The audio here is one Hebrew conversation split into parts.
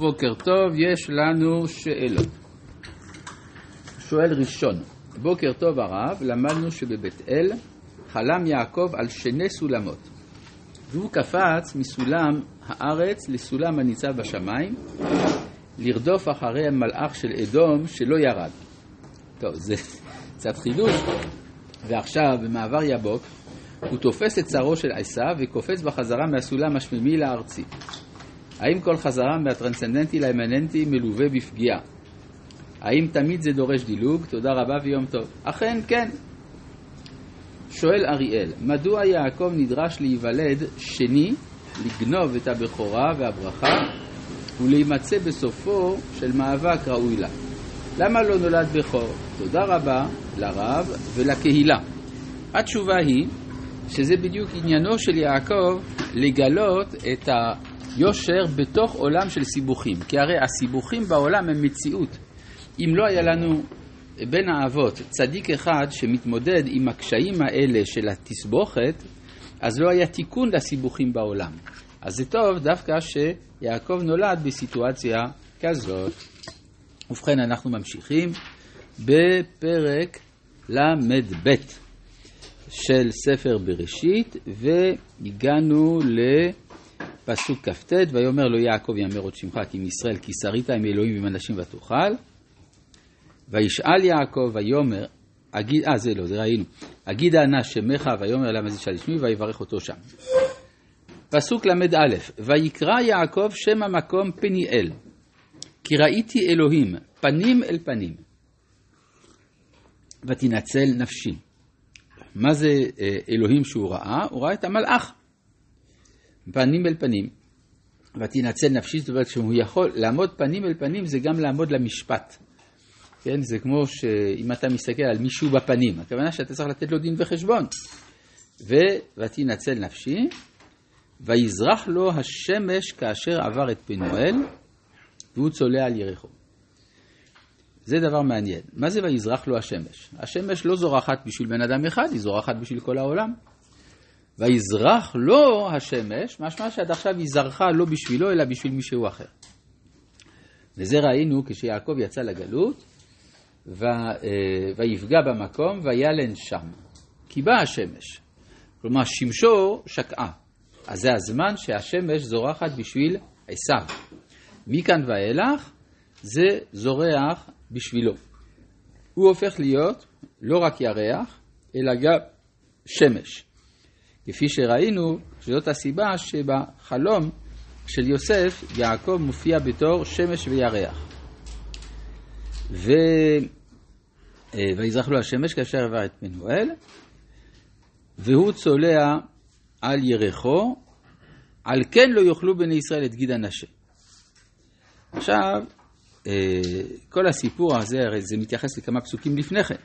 בוקר טוב, יש לנו שאלות. שואל ראשון, בוקר טוב הרב, למדנו שבבית אל חלם יעקב על שני סולמות, והוא קפץ מסולם הארץ לסולם הניצב בשמיים, לרדוף אחרי המלאך של אדום שלא ירד. טוב, זה קצת חידוש. ועכשיו במעבר יבוק הוא תופס את צערו של עשיו וקופץ בחזרה מהסולם השמימי לארצי. האם כל חזרה מהטרנסצנדנטי לאמננטי מלווה בפגיעה? האם תמיד זה דורש דילוג? תודה רבה ויום טוב. אכן כן. שואל אריאל, מדוע יעקב נדרש להיוולד שני, לגנוב את הבכורה והברכה ולהימצא בסופו של מאבק ראוי לה? למה לא נולד בכור? תודה רבה לרב ולקהילה. התשובה היא שזה בדיוק עניינו של יעקב לגלות את היושר בתוך עולם של סיבוכים, כי הרי הסיבוכים בעולם הם מציאות. אם לא היה לנו בין האבות צדיק אחד שמתמודד עם הקשיים האלה של התסבוכת, אז לא היה תיקון לסיבוכים בעולם. אז זה טוב דווקא שיעקב נולד בסיטואציה כזאת. ובכן אנחנו ממשיכים בפרק למד ב' של ספר בראשית, והגענו לפסוק כ"ט, ויאמר לו יעקב יאמר עוד שמך כי מישראל כי שרית עם אלוהים ועם אנשים ותוכל. וישאל יעקב ויאמר זה ראינו, אגיד ענה שמך, ויאמר למה זה שאל שמי, ויברך אותו שם. פסוק למד א', ויקרא יעקב שם המקום פניאל, כי ראיתי אלוהים פנים אל פנים ותנצל נפשי. מה זה אלוהים שהוא ראה? הוא ראה את המלאך פנים אל פנים ותנצל נפשי. זאת אומרת שהוא יכול לעמוד פנים אל פנים, זה גם לעמוד למשפט. כן? זה כמו שאם אתה מסתכל על מישהו בפנים, הכוונה שאתה צריך לתת לו דין וחשבון. ותנצל נפשי, ויזרח לו השמש כאשר עבר את פנואל, והוא צולע על יריחו. זה דבר מעניין. מה זה ויזרח לו השמש? השמש לא זורחת בשביל בן אדם אחד, היא זורחת בשביל כל העולם. ויזרח לו השמש, משמע שעד עכשיו היא זרחה לא בשבילו, אלא בשביל מישהו אחר. וזה ראינו כשיעקב יצא לגלות, ויפגע במקום, וילן שם. כי בא השמש. כלומר, שמשו שקעה. אז זה הזמן שהשמש זורחת בשביל עשיו. מכאן ואילך זה זורח בשבילו. הוא הופך להיות לא רק ירח, אלא גם שמש. כפי שראינו, שזאת הסיבה שבחלום של יוסף, יעקב מופיע בתור שמש וירח. ויזרח לו השמש כאשר עבר את פנואל, והוא צולע על ירחו, על כן לא יאכלו בני ישראל את גיד הנשה. עכשיו, כל הסיפור הזה, הרי זה מתייחס לכמה פסוקים לפני כן.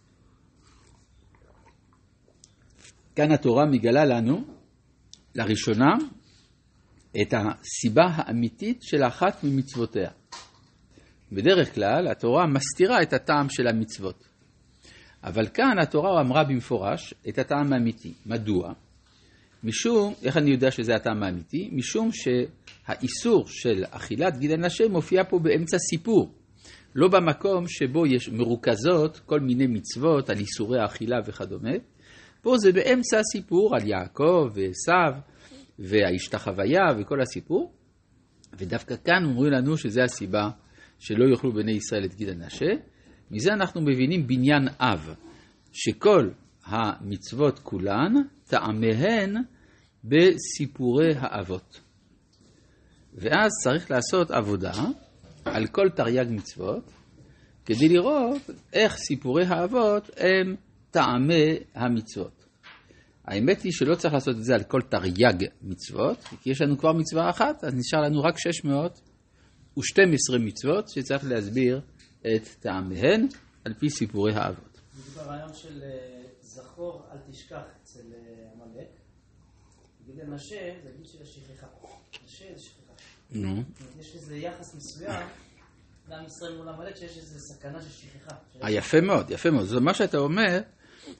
כאן התורה מגלה לנו, לראשונה, את הסיבה האמיתית של אחת ממצוותיה. בדרך כלל, התורה מסתירה את הטעם של המצוות. אבל כאן התורה אמרה במפורש את הטעם האמיתי. מדוע? משום, איך אני יודע שזה הטעם האמיתי? משום שהאיסור של אכילת גיד הנשה מופיע פה באמצע סיפור. לא במקום שבו יש מרוכזות כל מיני מצוות על איסורי האכילה וכדומה. פה זה באמצע הסיפור על יעקב ועשיו וההשתחוויה וכל הסיפור. ודווקא כאן אומרים לנו שזה הסיבה שלא יאכלו בני ישראל את גיד הנשה. מזה אנחנו מבינים בניין אב, שכל המצוות כולן טעמיהן בסיפורי האבות. ואז צריך לעשות עבודה על כל תרי"ג מצוות, כדי לראות איך סיפורי האבות הם טעמי המצוות. האמת היא שלא צריך לעשות את זה על כל תרי"ג מצוות, כי יש לנו כבר מצווה אחת, אז נשאר לנו רק 612 מצוות שצריך להסביר את טעמיהן על פי סיפורי האבות. זה ברעיון של זכור אל תשכח אצל עמלק. גיד הנשה זה גיד של השכחה. נשה זה שכחה. יש איזה יחס מסוים לעם ישראל מול עמלק שיש איזה סכנה של שכחה. יפה מאוד, יפה מאוד. זאת מה שאתה אומר,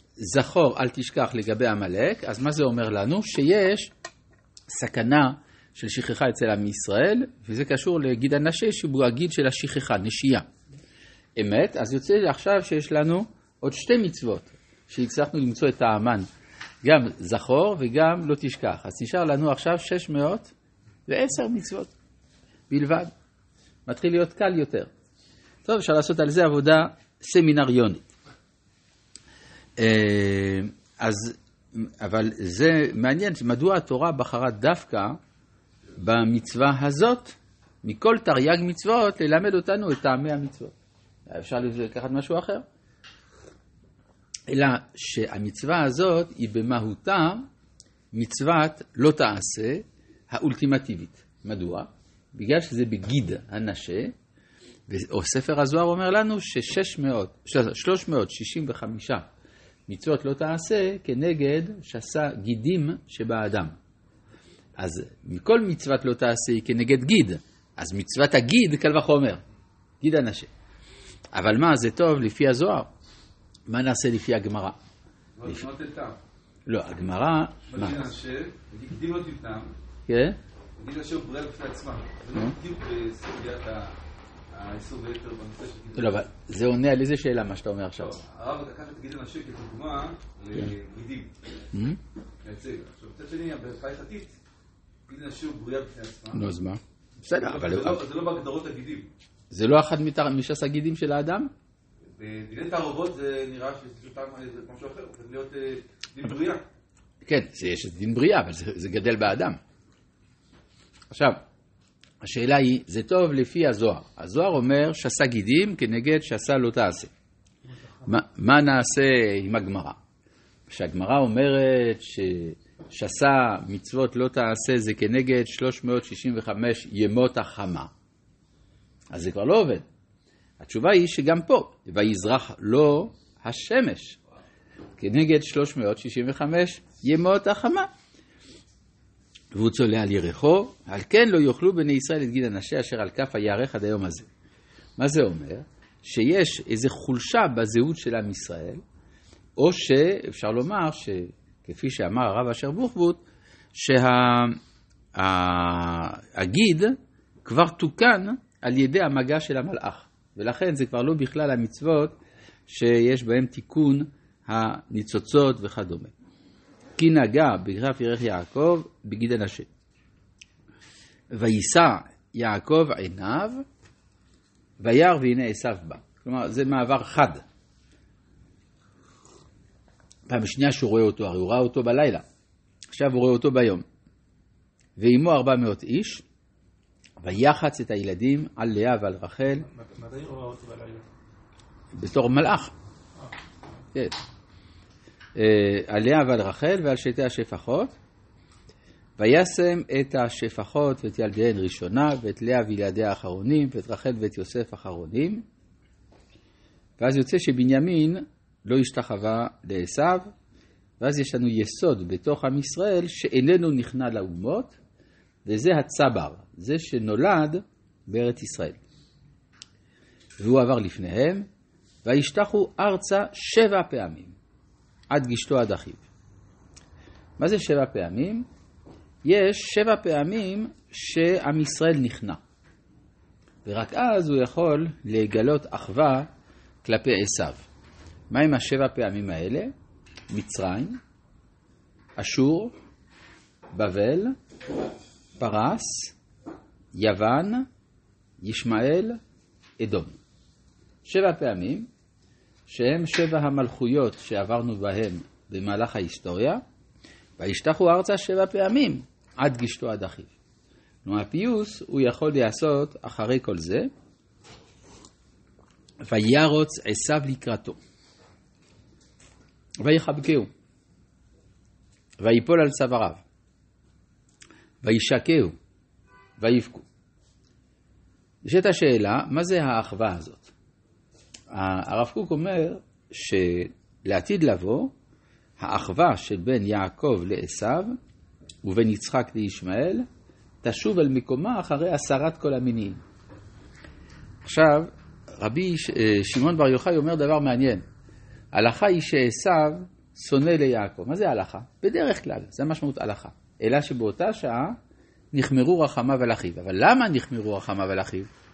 זכור אל תשכח לגבי עמלק, אז מה זה אומר לנו? שיש סכנה של שכחה אצל עם ישראל, וזה קשור לגיד הנשה שהוא הגיד של השכחה, נשייה. אמת, אז יוצא עכשיו שיש לנו עוד 2 מצוות שהצלחנו למצוא את האמן, גם זכור וגם לא תשכח. אז נשאר לנו עכשיו 610 מצוות בלבד. מתחיל להיות קל יותר. טוב, אפשר לעשות על זה עבודה סמינריונית. אבל זה מעניין, מדוע התורה בחרה דווקא במצווה הזאת, מכל תרי"ג מצוות, ללמד אותנו את טעמי המצוות. אפשר לקחת משהו אחר? אלא שהמצווה הזאת היא במהותה מצוות לא תעשה האולטימטיבית. מדוע? בגלל שזה בגיד הנשה, וספר הזוהר אומר לנו ש365 מצוות לא תעשה כנגד שסה גידים שבאדם. אז מכל מצוות לא תעשה היא כנגד גיד, אז מצוות הגיד קל וחומר, גיד הנשה. אבל מה, זה טוב לפי הזוהר? מה נעשה לפי הגמרא? לא, הגמרא... בגיד הנשה, גידים לא תבטם. כן? גיד הנשה הוא בריאה בפני עצמה. זה לא בדיוק בסוגיית האיסור ויתר בנושא של גידים. לא, אבל זה עונה על איזה שאלה מה שאתה אומר עכשיו. הרב לקח את גיד הנשה כדוגמה לגידים. מייצג. עכשיו, מצד שני, בהלכה הלכתית, גיד הנשה הוא בריאה בפני עצמה. נו, אז מה? בסדר, אבל... זה לא בהגדרות הגידים. זה לא אחד משס הגידים של האדם? בדיני תערובות זה נראה שזה משהו אחר, זה להיות דין בריאה. כן, יש דין בריאה, אבל זה גדל באדם. עכשיו, השאלה היא, זה טוב לפי הזוהר. הזוהר אומר שסה גידים כנגד שסה לא תעשה. מה נעשה עם הגמרא? כשהגמרא אומרת ששסה מצוות לא תעשה זה כנגד 365 ימות החמה. אז זה כבר לא עובד. התשובה היא שגם פה, ויזרח לו השמש, כנגד 365 ימות החמה. והוא צולע על ירחו, על כן לא יאכלו בני ישראל את גיד הנשה אשר על כף הירך עד היום הזה. מה זה אומר? שיש איזו חולשה בזהות של עם ישראל, או שאפשר לומר, כפי שאמר הרב אשר בוחבוט, שהגיד כבר תוקן על ידי המגע של המלאך. ולכן זה כבר לא בכלל המצוות שיש בהם תיקון הניצוצות וכדומה. כי נגע בכף ירך יעקב בגיד הנשה. ויישא יעקב עיניו, וירא והנה עשיו בא. כלומר, זה מעבר חד. פעם שנייה שהוא רואה אותו, הרי הוא ראה אותו בלילה. עכשיו הוא רואה אותו ביום. ועמו 400 איש, ויחץ את הילדים על לאה ועל רחל. מתי הוא ראה אותו בלילה? בתור מלאך. כן. על לאה ועל רחל ועל שתי השפחות. וישם את השפחות ואת ילדיהן ראשונה, ואת לאה וילדיה האחרונים, ואת רחל ואת יוסף האחרונים. ואז יוצא שבנימין לא השתחווה לעשיו, ואז יש לנו יסוד בתוך עם ישראל שאיננו נכנע לאומות, וזה הצבר, זה שנולד בארץ ישראל. והוא עבר לפניהם, וישתחו ארצה 7 פעמים, עד גשתו עד אחיו. מה זה 7 פעמים? יש 7 פעמים שעם ישראל נכנע. ורק אז הוא יכול לגלות אחווה כלפי עשיו. מה עם 7 פעמים האלה? מצרים, אשור, בבל, פרס, יוון, ישמעאל, אדום. 7 פעמים שהם 7 המלכויות שעברנו בהם במהלך ההיסטוריה, וישתחו ארצה 7 פעמים עד גשתו עד אחיו. נו, הפיוס הוא יכול לעשות אחרי כל זה, וירוץ עשיו לקראתו, ויחבקהו, ויפול על צוואריו, וישקהו, ויבכו. נשאלת השאלה, מה זה האחווה הזאת? הרב קוק אומר שלעתיד לבוא, האחווה של בן יעקב לעשיו ובין יצחק לישמעאל תשוב אל מקומה אחרי הסרת כל המינים. עכשיו, רבי שמעון בר יוחאי אומר דבר מעניין. הלכה היא שעשיו שונא ליעקב. מה זה הלכה? בדרך כלל, זה משמעות הלכה. אלא שבאותה שעה נחמרו רחמיו על אחיו. אבל למה נחמרו רחמיו על אחיו?